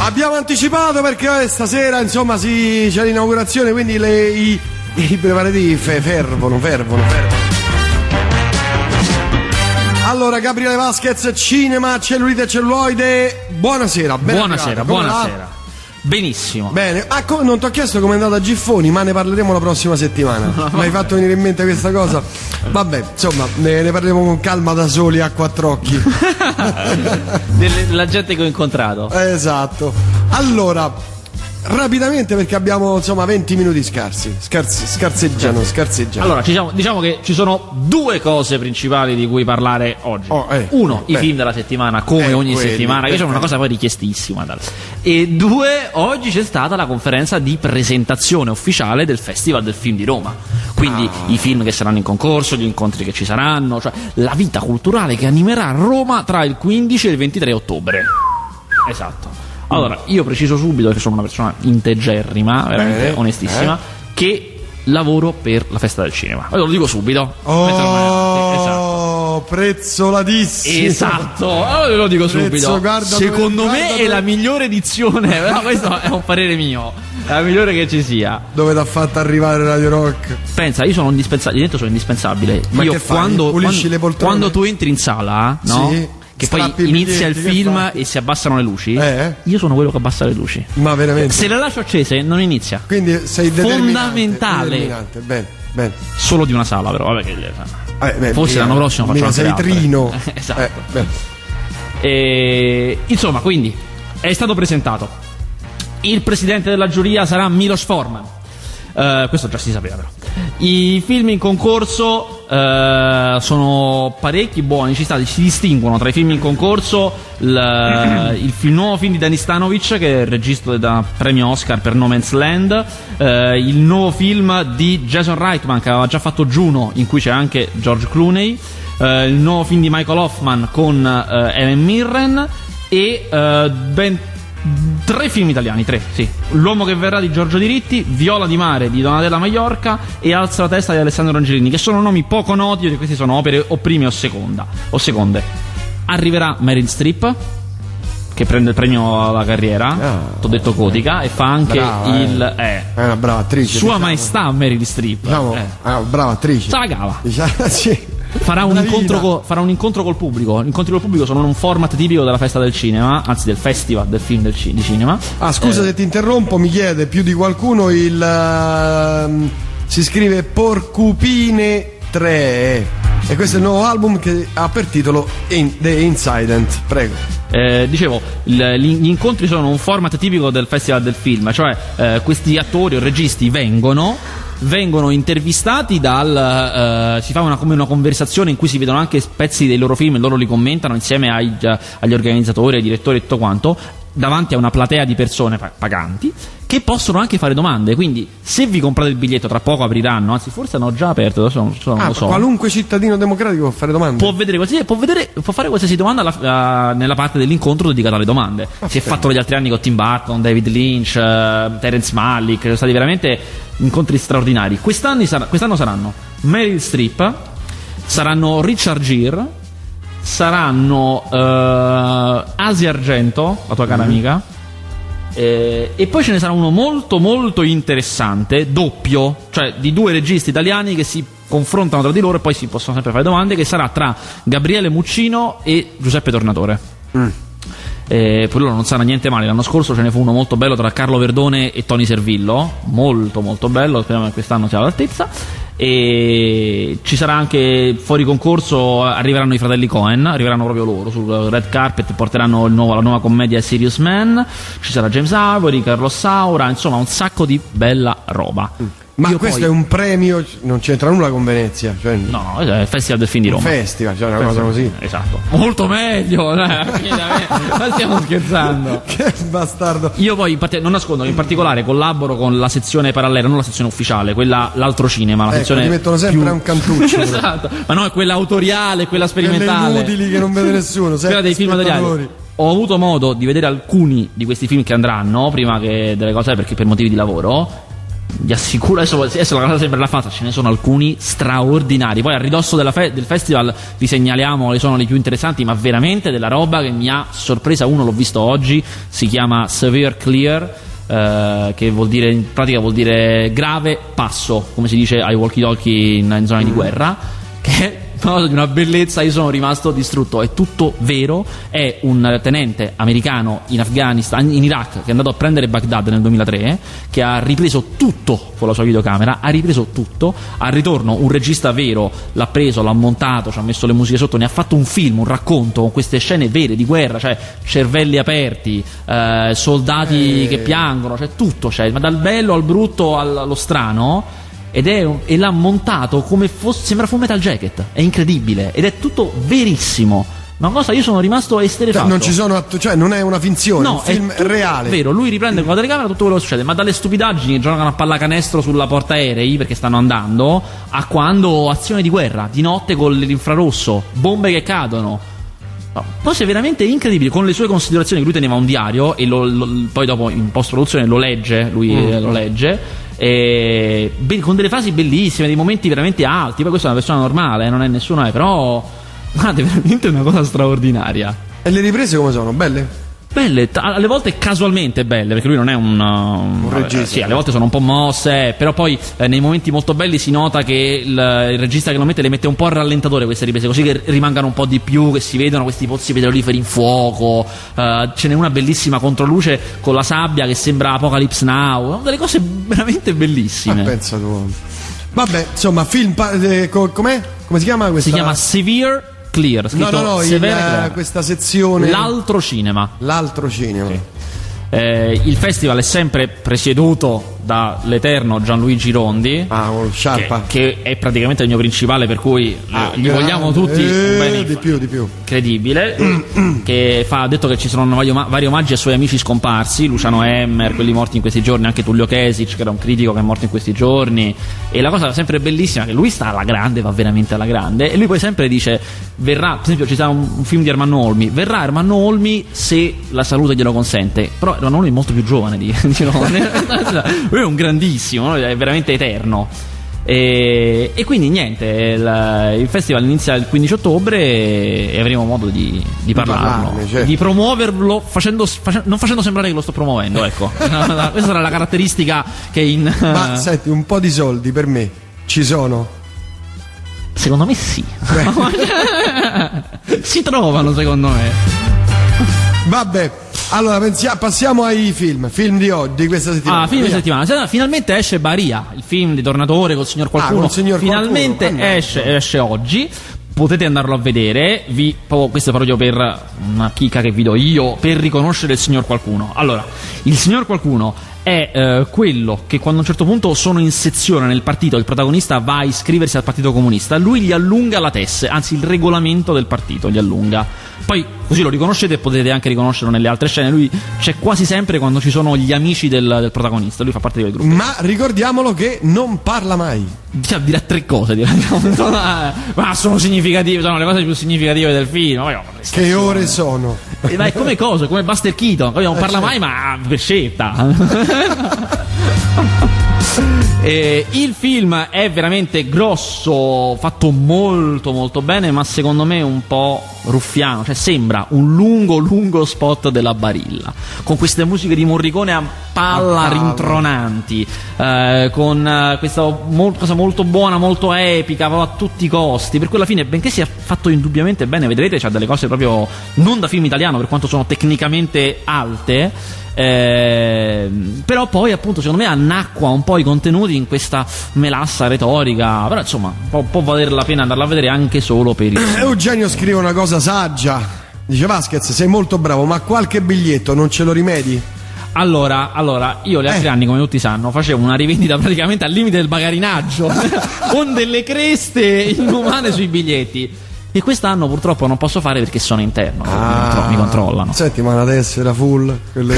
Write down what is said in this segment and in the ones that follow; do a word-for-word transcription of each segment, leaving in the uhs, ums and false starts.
Abbiamo anticipato perché stasera insomma si, c'è l'inaugurazione, quindi le, i, i preparativi fe, fervono, fervono, fervono. Allora, Gabriele Vasquez, cinema, cellulite e celluloide, buonasera. Buonasera, buonasera. Benissimo. Bene, ah, co- non ti ho chiesto com'è andata a Giffoni, ma ne parleremo la prossima settimana. Mi hai fatto venire in mente questa cosa? Vabbè, insomma, ne, ne parleremo con calma da soli a quattro occhi. Della gente che ho incontrato. Esatto. Allora, rapidamente perché abbiamo insomma venti minuti scarsi. Scarsi, scarseggiano, scarseggiano. Allora, diciamo, diciamo che ci sono due cose principali di cui parlare oggi. Oh, eh, Uno, beh. i film della settimana, come Eh, ogni quelli, settimana, che sono una cosa poi richiestissima. Dal... E due, oggi c'è stata la conferenza di presentazione ufficiale del Festival del Film di Roma. Quindi Ah. i film che saranno in concorso, gli incontri che ci saranno, cioè la vita culturale che animerà Roma tra il quindici e il ventitré ottobre. Esatto. Allora, io preciso subito che sono una persona integerrima, veramente Eh, onestissima, eh. che lavoro per la festa del cinema. Allora, lo dico subito. Oh, Esatto. prezzolatissimo. Esatto, allora lo dico Prezzo, subito. guarda Secondo dove- me guarda è dove- la migliore edizione, però questo è un parere mio. È la migliore che ci sia. Dove t'ha fatto arrivare Radio Rock? Pensa, io sono indispensabile, dentro sono indispensabile. Ma io che fai? quando, Pulisci quando, le poltrone? quando tu entri in sala, no? Sì. Che poi Strappi i inizia il biglietti, che film fai? e si abbassano le luci. Eh? Io sono quello che abbassa le luci. Ma veramente? Se le lascio accese non inizia. Quindi sei determinante. Fondamentale. Determinante. Bene, bene. Solo di una sala, però. Vabbè, che Eh, beh, forse mica- l'anno prossimo facciamo mica anche sei le altre. trino. Esatto. Eh, bene. E, insomma, quindi è stato presentato. Il presidente della giuria sarà Miloš Forman. Eh, questo già si sapeva, però. I film in concorso eh, sono parecchi buoni. Ci sta, si distinguono tra i film in concorso il, il film, nuovo film di Denis Stanovic, che è il regista da premio Oscar per No Man's Land, eh, il nuovo film di Jason Reitman, che aveva già fatto Juno, in cui c'è anche George Clooney, eh, il nuovo film di Michael Hoffman con eh, Helen Mirren e eh, ben tre film italiani, tre, sì. L'uomo che verrà di Giorgio Diritti, Viola di mare di Donatella Maiorca e Alza la testa di Alessandro Angelini, che sono nomi poco noti, perché questi sono opere o prime o seconda o seconde. Arriverà Meryl Streep, che prende il premio alla carriera, Ah, t'ho detto Cotica, e fa anche brava, il eh. eh, È una brava attrice. Sua diciamo. Maestà Meryl Streep, Diciamo, eh. ah, brava attrice. Sa la cava. Diciamo, sì. Farà un, Bravina. incontro co- farà un incontro col pubblico. Gli incontri col pubblico sono un format tipico della festa del cinema, anzi del festival del film del ci- di cinema. Ah, scusa Eh, se ti interrompo, mi chiede più di qualcuno il ehm, si scrive Porcupine tre e questo è il nuovo album che ha per titolo In- The Incident. Prego. Eh, dicevo, il- gli incontri sono un format tipico del festival del film, cioè eh, questi attori o registi vengono vengono intervistati dal eh, si fa una, come una conversazione in cui si vedono anche pezzi dei loro film e loro li commentano insieme ai, agli organizzatori, ai direttori e tutto quanto, davanti a una platea di persone pa- paganti che possono anche fare domande. Quindi se vi comprate il biglietto, tra poco apriranno, anzi forse hanno già aperto, adesso non, non Ah, lo so. qualunque cittadino democratico può fare domande. Può vedere qualsiasi, può, vedere, può fare qualsiasi domanda alla- a- nella parte dell'incontro dedicata alle domande. Si è fatto negli altri anni con Tim Burton, David Lynch, eh, Terence Malick, sono stati veramente incontri straordinari. Quest'anno, sar- quest'anno saranno Meryl Streep, saranno Richard Gere, saranno eh, Asia Argento, la tua cara amica, eh, e poi ce ne sarà uno molto molto interessante, doppio, cioè di due registi italiani che si confrontano tra di loro e poi si possono sempre fare domande, che sarà tra Gabriele Muccino e Giuseppe Tornatore. Mm. Eh, per loro non sarà niente male. L'anno scorso ce ne fu uno molto bello tra Carlo Verdone e Tony Servillo, molto molto bello, speriamo che quest'anno sia all'altezza. E ci sarà anche fuori concorso, arriveranno i fratelli Coen, arriveranno proprio loro sul red carpet, porteranno il nuovo, la nuova commedia Serious Man, ci sarà James Avery, Carlos Saura, insomma un sacco di bella roba. Ma Io questo poi- è un premio, non c'entra nulla con Venezia, cioè No, no, è il Festival del Film di un Roma. festival, cioè una cosa così. Esatto. Molto meglio, eh, ma stiamo scherzando. Che bastardo. Io poi, in parte- non nascondo, in particolare collaboro con la sezione parallela, non la sezione ufficiale, quella, l'altro cinema, la Ecco, sezione ti mettono sempre più- a un cantuccio. Esatto, ma no, è quella autoriale, quella Quelle sperimentale, inutili che non vede nessuno, quella sette dei film spettatori. italiani. Ho avuto modo di vedere alcuni di questi film che andranno prima che delle cose, perché per motivi di lavoro. vi assicuro, adesso, adesso la cosa sembra la fatta, ce ne sono alcuni straordinari. Poi a ridosso della fe- del festival vi segnaliamo quali sono le più interessanti, ma veramente della roba che mi ha sorpresa. Uno l'ho visto oggi, si chiama Severe Clear, eh, che vuol dire, in pratica vuol dire grave passo, come si dice ai walkie talkie in, in zone mm. di guerra, che è di una bellezza. Io sono rimasto distrutto, è tutto vero. È un tenente americano in Afghanistan, in Iraq, che è andato a prendere Baghdad nel duemilatré, che ha ripreso tutto con la sua videocamera, ha ripreso tutto. Al ritorno un regista vero l'ha preso, l'ha montato, ci ha messo le musiche sotto, ne ha fatto un film, un racconto con queste scene vere di guerra, cioè cervelli aperti, eh, soldati eh. che piangono, cioè tutto c'è, ma dal bello al brutto allo strano. Ed è, e l'ha montato come fosse, sembra Full Metal Jacket, è incredibile ed è tutto verissimo. Una cosa, io sono rimasto esterrefatto. Cioè, non ci sono atto- cioè non è una finzione, no, è un film è reale. Vero, lui riprende con la telecamera tutto quello che succede, ma dalle stupidaggini che giocano a pallacanestro sulla portaerei perché stanno andando, a quando azione di guerra, di notte con l'infrarosso, bombe che cadono. Cose veramente incredibili, con le sue considerazioni, che lui teneva un diario e lo, lo, poi dopo in post produzione lo legge, lui mm. lo legge. E, be- con delle frasi bellissime, dei momenti veramente alti. Poi questa è una persona normale, non è nessuno, è, però guarda, è veramente una cosa straordinaria. E le riprese come sono? Belle? Belle, t- alle volte casualmente belle, perché lui non è un, un, un regista. Sì, alle volte sono un po' mosse, però poi eh, nei momenti molto belli si nota che il, il regista che lo mette le mette un po' al rallentatore queste riprese, così che rimangano un po' di più, che si vedono questi pozzi petroliferi in fuoco. Uh, ce n'è una bellissima controluce con la sabbia che sembra Apocalypse Now, delle cose veramente bellissime. Ah, pensa tu. Vabbè, insomma, film pa- eh, co- com'è? Come si chiama questa? Si chiama Severe Clear, no no no il, Clear. Questa sezione, l'altro cinema l'altro cinema sì. eh, il festival è sempre presieduto dall'eterno Gianluigi Rondi, ah, sciarpa. Che, che è praticamente il mio principale, per cui ah, gli grande. vogliamo tutti eh, un bene di più di più incredibile. Che fa, ha detto che ci sono vari, vari omaggi ai suoi amici scomparsi, Luciano Emmer, quelli morti in questi giorni, anche Tullio Kesic, che era un critico che è morto in questi giorni. E la cosa sempre bellissima è che lui sta alla grande, va veramente alla grande, e lui poi sempre dice verrà, per esempio ci sarà un, un film di Ermanno Olmi, verrà Ermanno Olmi se la salute glielo consente, però Ermanno Olmi è molto più giovane di, di Rondi. Lui è un grandissimo, è veramente eterno. E, e quindi niente, il, il festival inizia il quindici ottobre e, e avremo modo di, di parlarlo, parlarne, certo. di promuoverlo facendo, face, non facendo sembrare che lo sto promuovendo, ecco. Questa sarà la caratteristica che in... Ma senti, un po' di soldi per me ci sono? Secondo me sì. Si trovano, secondo me. Vabbè, allora pensia, passiamo ai film. Film di oggi, di questa settimana. Ah, film di settimana. Finalmente esce Baria, il film di Tornatore col signor Qualcuno. Ah, col signor Finalmente qualcuno. esce, esce oggi. Potete andarlo a vedere. Vi, oh, questo è proprio per una chicca che vi do io, per riconoscere il signor Qualcuno. Allora, il signor Qualcuno è eh, quello che quando a un certo punto sono in sezione nel partito, il protagonista va a iscriversi al Partito Comunista, lui gli allunga la tessera, anzi il regolamento del partito gli allunga. Poi così lo riconoscete e potete anche riconoscerlo nelle altre scene. Lui c'è quasi sempre quando ci sono gli amici del, del protagonista, lui fa parte del gruppo. Ma ricordiamolo che non parla mai. Cioè, dirà tre cose, dirà, ma sono significative, sono le cose più significative del film. Ma che ore sono? Eh, ma è come cosa, come Buster Keaton, non eh, parla certo. mai, ma per scelta. E il film è veramente grosso, fatto molto molto bene, ma secondo me un po' ruffiano, cioè sembra un lungo lungo spot della Barilla, con queste musiche di Morricone a palla ah, rintronanti, eh, con eh, questa mo- cosa molto buona, molto epica, a tutti i costi, per cui alla fine, benché sia fatto indubbiamente bene, vedrete c'ha delle cose proprio non da film italiano, per quanto sono tecnicamente alte. Eh, però poi appunto secondo me annacqua un po' i contenuti in questa melassa retorica, però insomma può, può valer la pena andarla a vedere anche solo per il... Eugenio scrive una cosa saggia, dice: Vasquez, sei molto bravo, ma qualche biglietto non ce lo rimedi? Allora, allora io gli altri eh. anni, come tutti sanno, facevo una rivendita praticamente al limite del bagarinaggio con delle creste inumane sui biglietti. E quest'anno purtroppo non posso fare perché sono interno, ah, mi controllano. Senti, ma una tessera full quelle...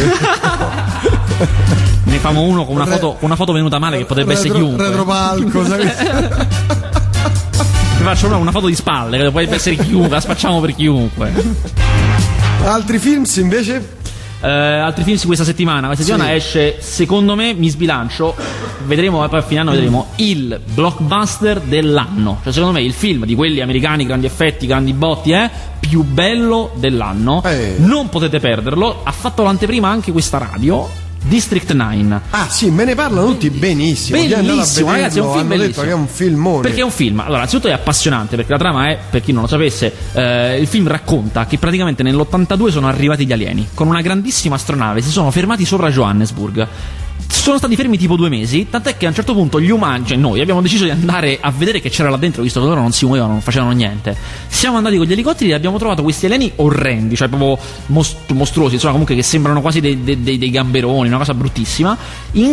Ne famo uno con una, Re... foto, con una foto venuta male che potrebbe retro, essere chiunque. Retropalco, sai? Ne faccio una, una foto di spalle che potrebbe essere chiunque, la spacciamo per chiunque. Altri films invece? Uh, altri film di questa settimana. Questa settimana sì. esce, secondo me, mi sbilancio, vedremo, poi a fine anno vedremo il blockbuster dell'anno. Cioè, secondo me, il film di quelli americani, grandi effetti, grandi botti, eh, più bello dell'anno. Eh. Non potete perderlo. Ha fatto l'anteprima anche questa radio. District nine. Ah sì, me ne parlano tutti benissimo. Bellissimo, ragazzi, è un film hanno bellissimo. detto che è un filmone. Perché è un film, allora, innanzitutto è appassionante, perché la trama è, per chi non lo sapesse, eh, il film racconta che praticamente nell'ottantadue sono arrivati gli alieni con una grandissima astronave, si sono fermati sopra Johannesburg. Sono stati fermi tipo due mesi, tant'è che a un certo punto gli umani, cioè noi, abbiamo deciso di andare a vedere che c'era là dentro, visto che loro non si muovevano, non facevano niente. Siamo andati con gli elicotteri e abbiamo trovato questi alieni orrendi, cioè proprio most- mostruosi, insomma, comunque che sembrano quasi dei, dei, dei, dei gamberoni, una cosa bruttissima. In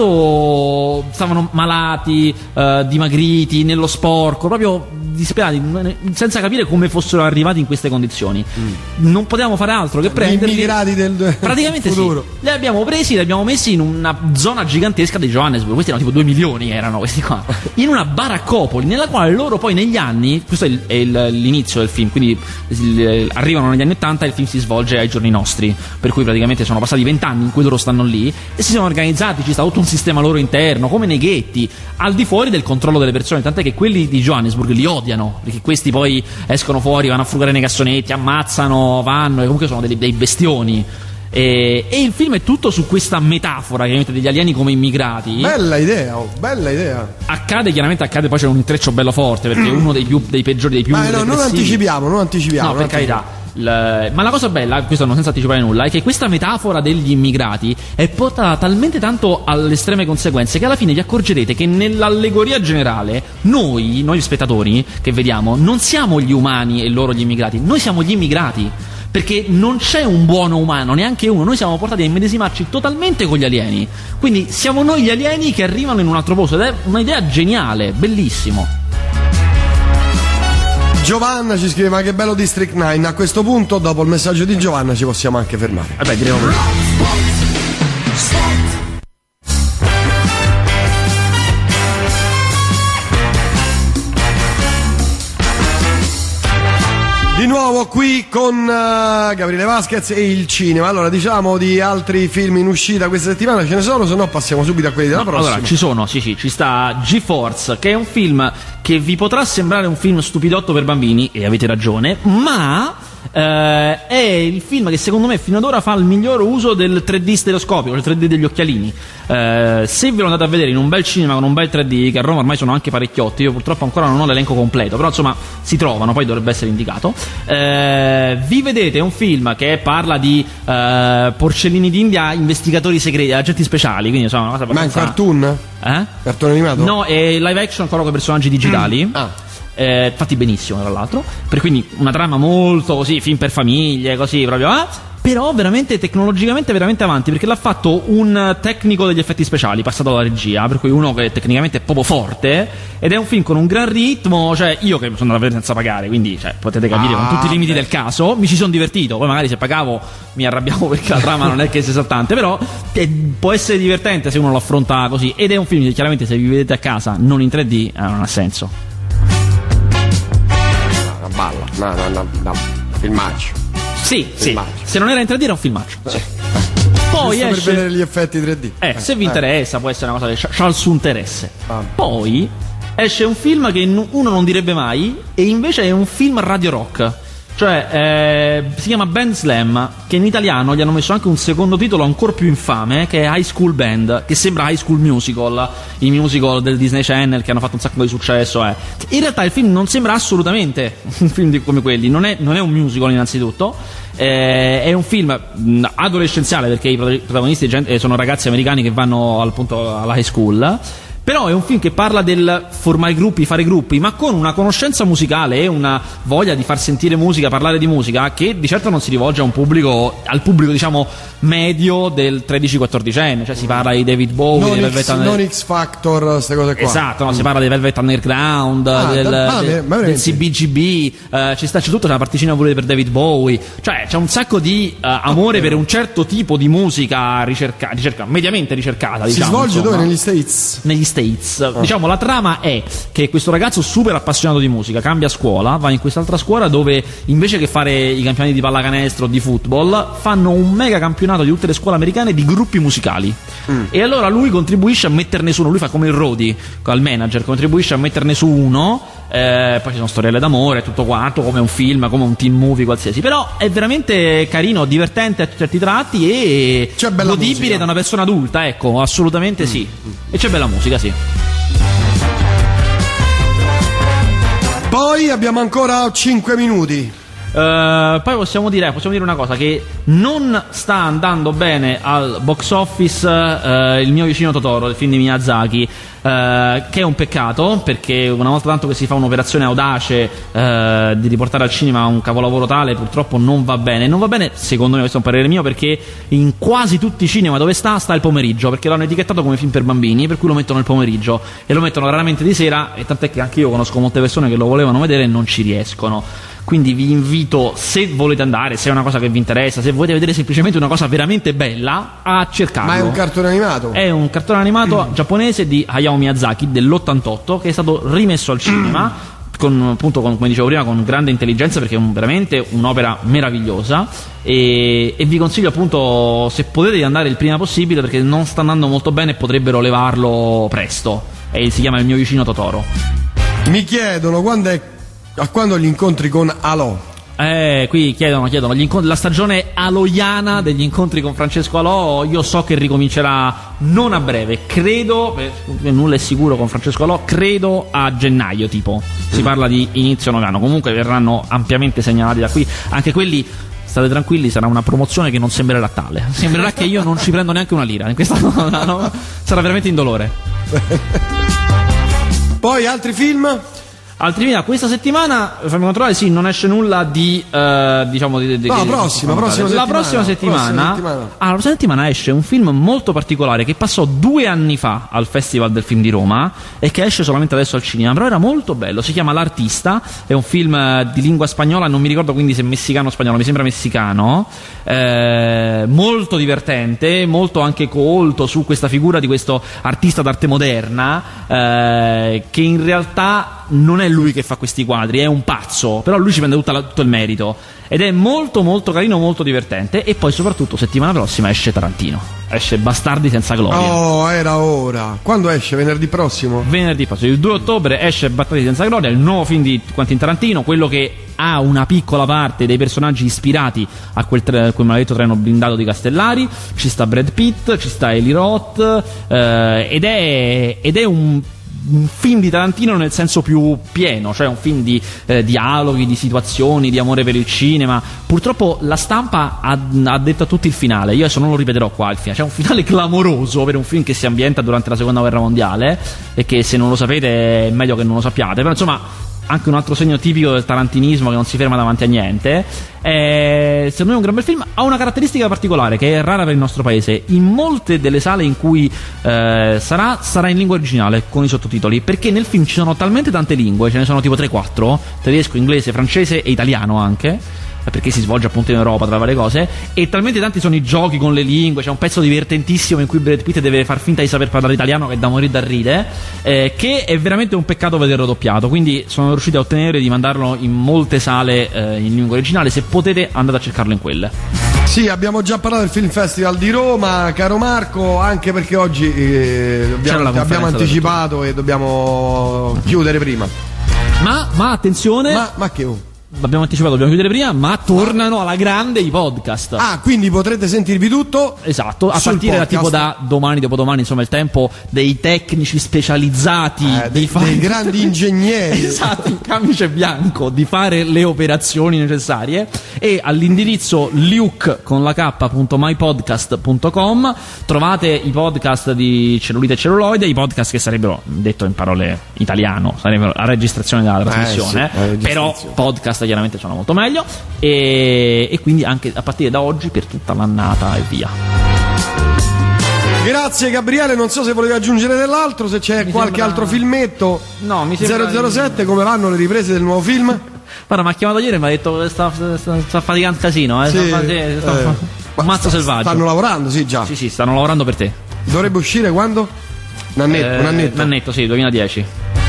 stato, stavano malati, eh, dimagriti, nello sporco, proprio disperati, senza capire come fossero arrivati in queste condizioni. Mm. Non potevamo fare altro che prenderli. Gli immigrati del praticamente futuro. Sì. Li abbiamo presi, li abbiamo messi in una zona gigantesca di Johannesburg. Questi erano tipo due milioni, erano questi qua, in una baraccopoli nella quale loro poi negli anni, questo è, il, è il, l'inizio del film, quindi il, arrivano negli anni ottanta e il film si svolge ai giorni nostri, per cui praticamente sono passati vent'anni in cui loro stanno lì e si sono organizzati, ci sta tutto un sistema loro interno, come nei ghetti, al di fuori del controllo delle persone, tant'è che quelli di Johannesburg li odiano, perché questi poi escono fuori, vanno a frugare nei cassonetti, ammazzano, vanno, e comunque sono dei, dei bestioni. E, e il film è tutto su questa metafora chiaramente degli alieni come immigrati. Bella idea, oh, bella idea. Accade, chiaramente accade, poi c'è un intreccio bello forte, perché è uno dei più dei peggiori, dei più Ma no, non anticipiamo, non anticipiamo. No, non per anticipiamo. carità. Il, ma la cosa bella, questo non senza anticipare nulla, è che questa metafora degli immigrati è portata talmente tanto alle estreme conseguenze che alla fine vi accorgerete che nell'allegoria generale noi, noi spettatori che vediamo, non siamo gli umani e loro gli immigrati, noi siamo gli immigrati, perché non c'è un buono umano, neanche uno, noi siamo portati a immedesimarci totalmente con gli alieni, quindi siamo noi gli alieni che arrivano in un altro posto, ed è un'idea geniale, bellissimo. Giovanna ci scrive: ma che bello District nine. A questo punto, dopo il messaggio di Giovanna, ci possiamo anche fermare. Vabbè, diremo così. Di nuovo qui con uh, Gabriele Vasquez e il cinema. Allora, diciamo di altri film in uscita questa settimana, ce ne sono, se no passiamo subito a quelli della no, prossima. Allora, ci sono, sì sì, ci sta GeForce, che è un film che vi potrà sembrare un film stupidotto per bambini, e avete ragione, ma eh, è il film che secondo me fino ad ora fa il miglior uso del tre D stereoscopico, il tre D degli occhialini. Eh, se ve lo andate a vedere in un bel cinema con un bel tre D, che a Roma ormai sono anche parecchiotti, io purtroppo ancora non ho l'elenco completo, però insomma si trovano, poi dovrebbe essere indicato. Eh, vi vedete un film che parla di eh, porcellini d'India, investigatori segreti, agenti speciali, quindi insomma una cosa abbastanza... Ma è un cartoon? Eh? Cartone animato? No, è live action ancora con personaggi digitali. Mm. Ah. Eh, fatti benissimo tra l'altro, per quindi una trama molto così, film per famiglie, così proprio, eh? Però veramente tecnologicamente veramente avanti, perché l'ha fatto un tecnico degli effetti speciali passato alla regia, per cui uno che tecnicamente è proprio forte, ed è un film con un gran ritmo, cioè io che sono andato a vedere senza pagare, quindi cioè, potete capire, ah, con tutti i limiti beh. del caso mi ci sono divertito, poi magari se pagavo mi arrabbiavo perché la trama non è che sia esaltante, però eh, può essere divertente se uno lo affronta così, ed è un film che chiaramente se vi vedete a casa non in tre D eh, non ha senso. Una balla, no, no, no, no. Filmaccio. Sì, sì, se non era in tre D era un filmaccio. Sì. Poi esce... per vedere gli effetti tre D. Eh, eh se vi interessa, eh. può essere una cosa che c'ha il suo interesse. Ah. Poi esce un film che uno non direbbe mai, e invece è un film radio rock. Cioè, eh, si chiama Band Slam, che in italiano gli hanno messo anche un secondo titolo ancora più infame, che è High School Band, che sembra High School Musical, i musical del Disney Channel che hanno fatto un sacco di successo. Eh. In realtà il film non sembra assolutamente un film di, come quelli, non è, non è un musical innanzitutto, eh, è un film mh, adolescenziale, perché i protagonisti eh, sono ragazzi americani che vanno appunto alla high school. Però è un film che parla del formare gruppi, fare gruppi, ma con una conoscenza musicale e una voglia di far sentire musica, parlare di musica, che di certo non si rivolge a un pubblico, al pubblico diciamo medio del tredici quattordicenne, cioè si parla di David Bowie, non, di X, Under... non X Factor, queste cose qua. Esatto, no, mm. si parla di Velvet Underground, ah, del, da, del, ma del C B G B, uh, ci sta, c'è tutto, c'è una particina pure per David Bowie, cioè c'è un sacco di uh, amore okay. per un certo tipo di musica ricerca, ricerca mediamente ricercata. Si diciamo, svolge insomma. dove? Negli States? Negli States. Oh. Diciamo, la trama è che questo ragazzo super appassionato di musica cambia scuola, va in quest'altra scuola dove invece che fare i campionati di pallacanestro o di football fanno un mega campionato di tutte le scuole americane di gruppi musicali. Mm. E allora lui contribuisce a metterne su uno, lui fa come il roadie al manager, contribuisce a metterne su uno. Eh, poi ci sono storielle d'amore, tutto quanto, come un film, come un teen movie qualsiasi. Però è veramente carino, divertente a certi tratti e c'è bella godibile musica da una persona adulta, ecco, assolutamente mm. sì. E c'è bella musica, sì. Poi abbiamo ancora cinque minuti. Uh, poi possiamo dire, possiamo dire una cosa, che non sta andando bene al box office uh, Il mio vicino Totoro, il film di Miyazaki, uh, che è un peccato, perché una volta tanto che si fa un'operazione audace uh, di riportare al cinema un capolavoro tale, purtroppo non va bene. Non va bene, secondo me, questo è un parere mio, perché in quasi tutti i cinema dove sta, sta il pomeriggio, perché l'hanno etichettato come film per bambini, per cui lo mettono il pomeriggio e lo mettono raramente di sera, e tant'è che anche io conosco molte persone che lo volevano vedere e non ci riescono. Quindi vi invito, se volete andare, se è una cosa che vi interessa, se volete vedere semplicemente una cosa veramente bella, a cercarlo. Ma è un cartone animato? È un cartone animato mm. giapponese di Hayao Miyazaki dell'ottantotto, che è stato rimesso al cinema mm. con, appunto, con, come dicevo prima, con grande intelligenza, perché è un, veramente un'opera meravigliosa. E, e vi consiglio, appunto, se potete, di andare il prima possibile, perché non sta andando molto bene e potrebbero levarlo presto. E si chiama Il mio vicino Totoro. Mi chiedono quando è a quando gli incontri con Alò? Eh, qui chiedono, chiedono gli incontri, la stagione aloiana degli incontri con Francesco Alò. Io so che ricomincerà non a breve, credo, eh, nulla è sicuro con Francesco Alò, credo a gennaio, tipo. Si mm. parla di inizio novembre. Comunque verranno ampiamente segnalati da qui. Anche quelli, state tranquilli, sarà una promozione che non sembrerà tale. Sembrerà che io non ci prendo neanche una lira. In questa, no, no, sarà veramente indolore. Poi altri film? Altri film, questa settimana, fammi controllare, sì, non esce nulla di, uh, diciamo, di, di, no, di, prossima, di, prossima la settimana, prossima settimana, prossima settimana. Ah, la prossima settimana esce un film molto particolare che passò due anni fa al Festival del Film di Roma e che esce solamente adesso al cinema, però era molto bello. Si chiama L'Artista, è un film di lingua spagnola, non mi ricordo quindi se messicano o spagnolo, mi sembra messicano, eh, molto divertente, molto anche colto su questa figura di questo artista d'arte moderna, eh, che in realtà non è lui che fa questi quadri, è un pazzo, però lui ci prende tutta la, tutto il merito, ed è molto molto carino, molto divertente. E poi soprattutto settimana prossima esce Tarantino, esce Bastardi senza gloria. Oh, era ora. Quando esce? Venerdì prossimo? Venerdì prossimo, il due ottobre esce Bastardi senza gloria, il nuovo film di Quentin Tarantino, quello che ha una piccola parte dei personaggi ispirati a quel, tre, quel maledetto treno blindato di Castellari. Ci sta Brad Pitt, ci sta Eli Roth, eh, ed è ed è un un film di Tarantino nel senso più pieno, cioè un film di eh, dialoghi, di situazioni, di amore per il cinema. Purtroppo la stampa ha, ha detto a tutti il finale, io adesso non lo ripeterò qua il finale, c'è un finale clamoroso per un film che si ambienta durante la seconda guerra mondiale, e che se non lo sapete è meglio che non lo sappiate, però insomma anche un altro segno tipico del tarantinismo, che non si ferma davanti a niente. Eh, secondo me è un gran bel film. Ha una caratteristica particolare che è rara per il nostro paese: in molte delle sale in cui eh, sarà, sarà in lingua originale con i sottotitoli, perché nel film ci sono talmente tante lingue, ce ne sono tipo tre quattro, tedesco, inglese, francese e italiano anche, perché si svolge appunto in Europa tra varie cose, e talmente tanti sono i giochi con le lingue. C'è un pezzo divertentissimo in cui Brad Pitt deve far finta di saper parlare italiano, che è da morire da ridere, eh, che è veramente un peccato vederlo doppiato. Quindi sono riusciti a ottenere di mandarlo in molte sale eh, in lingua originale. Se potete, andate a cercarlo in quelle. Sì, abbiamo già parlato del Film Festival di Roma, caro Marco, anche perché oggi eh, dobbiamo, abbiamo anticipato e dobbiamo chiudere prima. Ma, ma attenzione, ma, ma che oh. Abbiamo anticipato, dobbiamo chiudere prima, ma tornano alla grande i podcast. Ah, quindi potrete sentirvi tutto. Esatto, a partire da tipo da domani, dopodomani, insomma, il tempo dei tecnici specializzati, eh, dei, fare... dei grandi ingegneri. Esatto, in camice bianco, di fare le operazioni necessarie. E all'indirizzo luke con la k punto my podcast punto com trovate i podcast di Cellulite e Celluloide, i podcast che sarebbero, detto in parole italiano, sarebbero la registrazione della trasmissione, eh, sì, però podcast chiaramente suona molto meglio, e, e quindi anche a partire da oggi per tutta l'annata e via. Grazie Gabriele, non so se volevi aggiungere dell'altro, se c'è mi qualche sembra... altro filmetto. No, mi sembra zero zero sette, come vanno le riprese del nuovo film? Guarda, mi ha chiamato ieri e mi ha detto sta, sta, sta faticando casino, eh, sì, sta, sta, eh, un mazzo sta, selvaggio. Stanno lavorando, sì, già. Sì, sì, stanno lavorando per te. Dovrebbe uscire quando? Nannetto, eh, Nannetto. Nannetto, sì, duemiladieci.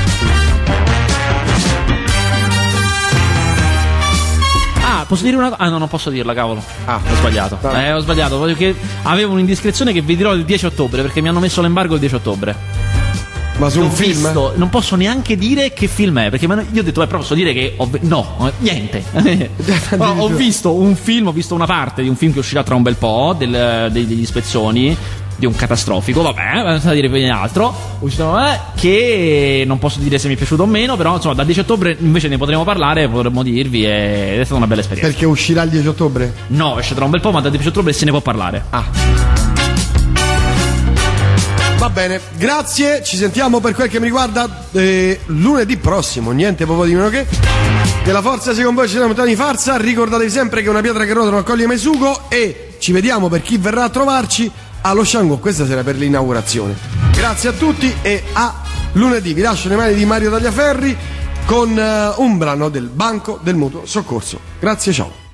Ah, posso dire una cosa? Ah, no, non posso dirla, cavolo. Ah, ho sbagliato. Vabbè. Eh, ho sbagliato, perché avevo un'indiscrezione che vi dirò il dieci ottobre, perché mi hanno messo l'embargo il dieci ottobre. Ma su un L'ho film? visto, non posso neanche dire che film è, perché io ho detto, eh, però posso dire che ho, no, niente. ho, ho visto un film, ho visto una parte di un film che uscirà tra un bel po', del, degli spezzoni, di un catastrofico, vabbè, senza dire più altro, eh, che non posso dire se mi è piaciuto o meno, però insomma dal dieci ottobre invece ne potremo parlare, potremmo dirvi, e è stata una bella esperienza. Perché uscirà il dieci ottobre? No, esce tra un bel po', ma dal dieci ottobre se ne può parlare. Ah. Va bene, grazie, ci sentiamo per quel che mi riguarda eh, lunedì prossimo, niente proprio di meno che. Che la forza sia con voi, ci siamo di farsa, ricordatevi sempre che una pietra che rotola non accoglie mai sugo e ci vediamo per chi verrà a trovarci allo Shango questa sera per l'inaugurazione. Grazie a tutti e a lunedì, vi lascio le mani di Mario Tagliaferri con uh, un brano del Banco del Mutuo Soccorso. Grazie, ciao.